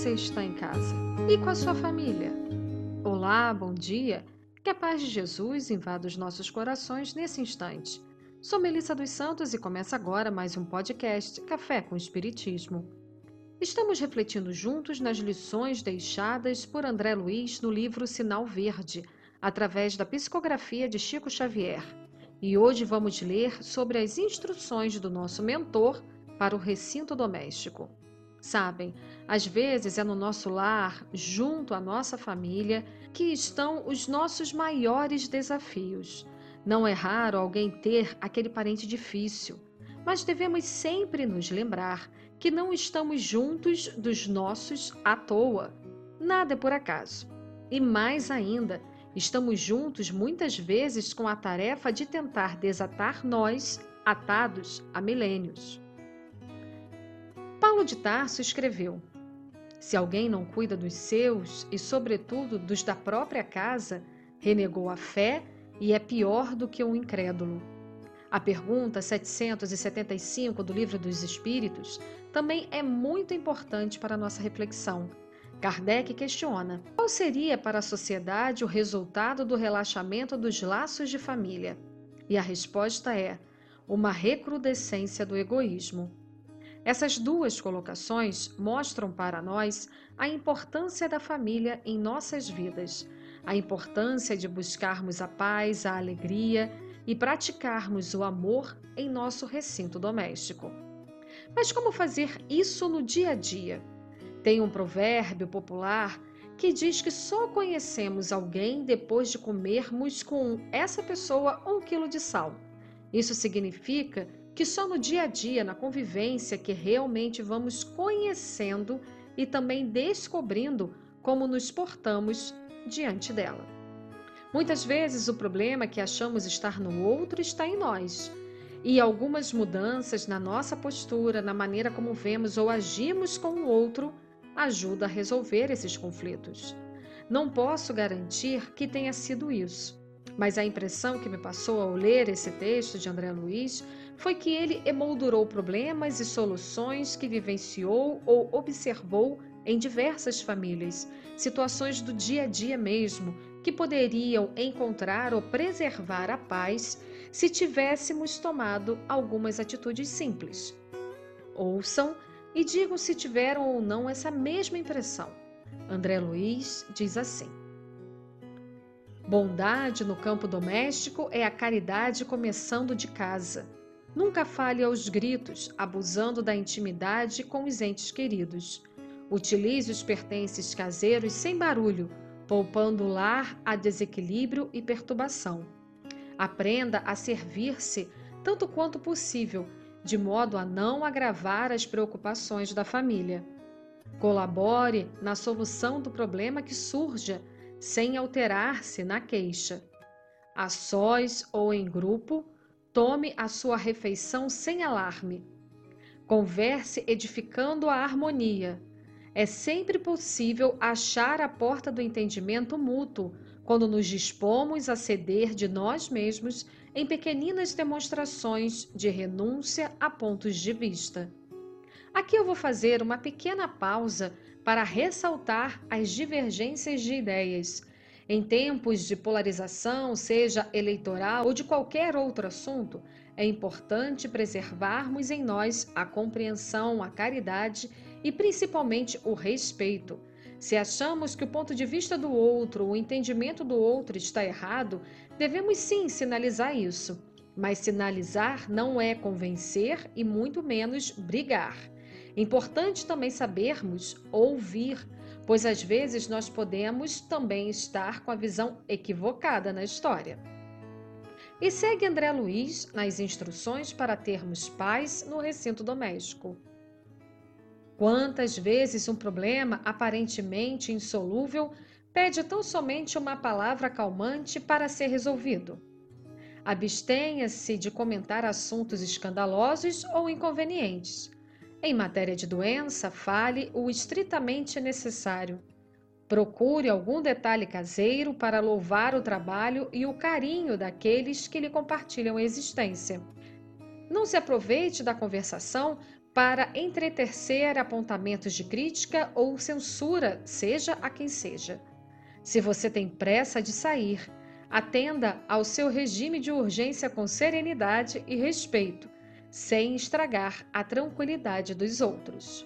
você está em casa? E com a sua família? Olá, bom dia. Que a paz de Jesus invada os nossos corações nesse instante. Sou Melissa dos Santos e começa agora mais um podcast Café com Espiritismo. Estamos refletindo juntos nas lições deixadas por André Luiz no livro Sinal Verde, através da psicografia de Chico Xavier. E hoje vamos ler sobre as instruções do nosso mentor para o recinto doméstico. Sabem, às vezes é no nosso lar, junto à nossa família, que estão os nossos maiores desafios. Não é raro alguém ter aquele parente difícil, mas devemos sempre nos lembrar que não estamos juntos dos nossos à toa. Nada é por acaso. E mais ainda, estamos juntos muitas vezes com a tarefa de tentar desatar nós, atados há milênios. Paulo de Tarso escreveu: se alguém não cuida dos seus e, sobretudo, dos da própria casa, renegou a fé e é pior do que um incrédulo. A pergunta 775 do Livro dos Espíritos também é muito importante para a nossa reflexão. Kardec questiona: qual seria para a sociedade o resultado do relaxamento dos laços de família? E a resposta é: uma recrudescência do egoísmo. Essas duas colocações mostram para nós a importância da família em nossas vidas, a importância de buscarmos a paz, a alegria e praticarmos o amor em nosso recinto doméstico. Mas como fazer isso no dia a dia? Tem um provérbio popular que diz que só conhecemos alguém depois de comermos com essa pessoa 1 quilo de sal. Isso significa que só no dia a dia, na convivência, que realmente vamos conhecendo e também descobrindo como nos portamos diante dela. Muitas vezes o problema que achamos estar no outro está em nós. E algumas mudanças na nossa postura, na maneira como vemos ou agimos com o outro, ajuda a resolver esses conflitos. Não posso garantir que tenha sido isso, mas a impressão que me passou ao ler esse texto de André Luiz foi que ele emoldurou problemas e soluções que vivenciou ou observou em diversas famílias, situações do dia a dia mesmo, que poderiam encontrar ou preservar a paz se tivéssemos tomado algumas atitudes simples. Ouçam e digam se tiveram ou não essa mesma impressão. André Luiz diz assim: bondade no campo doméstico é a caridade começando de casa. Nunca fale aos gritos, abusando da intimidade com os entes queridos. Utilize os pertences caseiros sem barulho, poupando o lar a desequilíbrio e perturbação. Aprenda a servir-se tanto quanto possível, de modo a não agravar as preocupações da família. Colabore na solução do problema que surja, sem alterar-se na queixa. A sós ou em grupo, tome a sua refeição sem alarme. Converse edificando a harmonia. É sempre possível achar a porta do entendimento mútuo quando nos dispomos a ceder de nós mesmos em pequeninas demonstrações de renúncia a pontos de vista. Aqui eu vou fazer uma pequena pausa para ressaltar as divergências de ideias. Em tempos de polarização, seja eleitoral ou de qualquer outro assunto, é importante preservarmos em nós a compreensão, a caridade e principalmente o respeito. Se achamos que o ponto de vista do outro, o entendimento do outro está errado, devemos sim sinalizar isso. Mas sinalizar não é convencer e muito menos brigar. Importante também sabermos ouvir, pois às vezes nós podemos também estar com a visão equivocada na história. E segue André Luiz nas instruções para termos paz no recinto doméstico. Quantas vezes um problema aparentemente insolúvel pede tão somente uma palavra calmante para ser resolvido? Abstenha-se de comentar assuntos escandalosos ou inconvenientes. Em matéria de doença, fale o estritamente necessário. Procure algum detalhe caseiro para louvar o trabalho e o carinho daqueles que lhe compartilham a existência. Não se aproveite da conversação para entretecer apontamentos de crítica ou censura, seja a quem seja. Se você tem pressa de sair, atenda ao seu regime de urgência com serenidade e respeito, sem estragar a tranquilidade dos outros.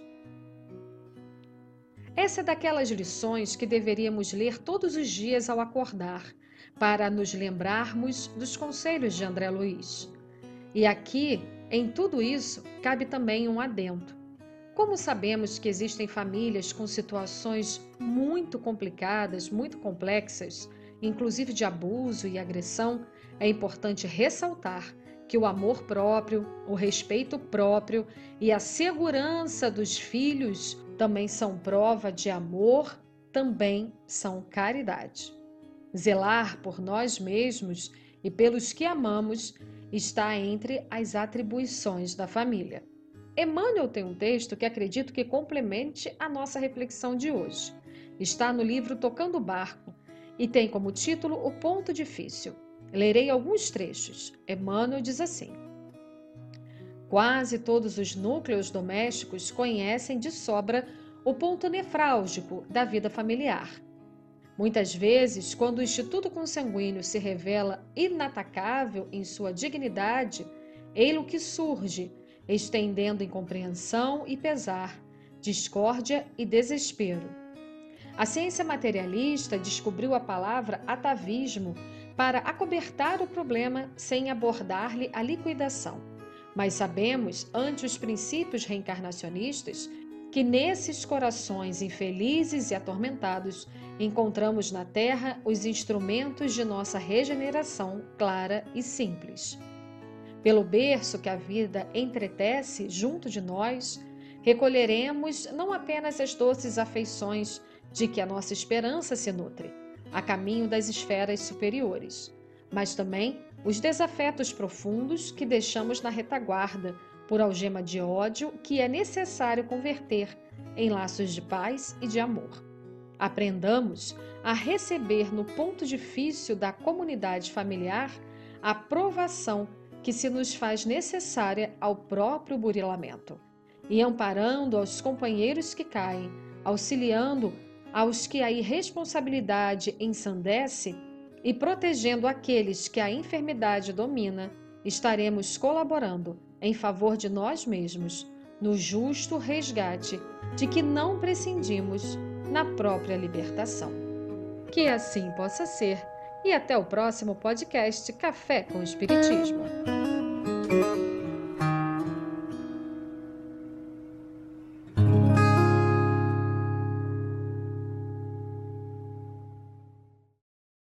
Essa é daquelas lições que deveríamos ler todos os dias ao acordar, para nos lembrarmos dos conselhos de André Luiz. E aqui, em tudo isso, cabe também um adendo. Como sabemos que existem famílias com situações muito complicadas, muito complexas, inclusive de abuso e agressão, é importante ressaltar que o amor próprio, o respeito próprio e a segurança dos filhos também são prova de amor, também são caridade. Zelar por nós mesmos e pelos que amamos está entre as atribuições da família. Emmanuel tem um texto que acredito que complemente a nossa reflexão de hoje. Está no livro Tocando o Barco e tem como título O Ponto Difícil. Lerei alguns trechos. Emmanuel diz assim: quase todos os núcleos domésticos conhecem de sobra o ponto nefrálgico da vida familiar. Muitas vezes, quando o instituto consanguíneo se revela inatacável em sua dignidade, ei-lo que surge, estendendo incompreensão e pesar, discórdia e desespero. A ciência materialista descobriu a palavra atavismo para acobertar o problema sem abordar-lhe a liquidação. Mas sabemos, ante os princípios reencarnacionistas, que nesses corações infelizes e atormentados encontramos na Terra os instrumentos de nossa regeneração clara e simples. Pelo berço que a vida entretece junto de nós, recolheremos não apenas as doces afeições de que a nossa esperança se nutre, a caminho das esferas superiores, mas também os desafetos profundos que deixamos na retaguarda por algema de ódio que é necessário converter em laços de paz e de amor. Aprendamos a receber no ponto difícil da comunidade familiar a provação que se nos faz necessária ao próprio burilamento, e amparando aos companheiros que caem, auxiliando aos que a irresponsabilidade ensandece e protegendo aqueles que a enfermidade domina, estaremos colaborando em favor de nós mesmos, no justo resgate de que não prescindimos na própria libertação. Que assim possa ser, e até o próximo podcast Café com Espiritismo.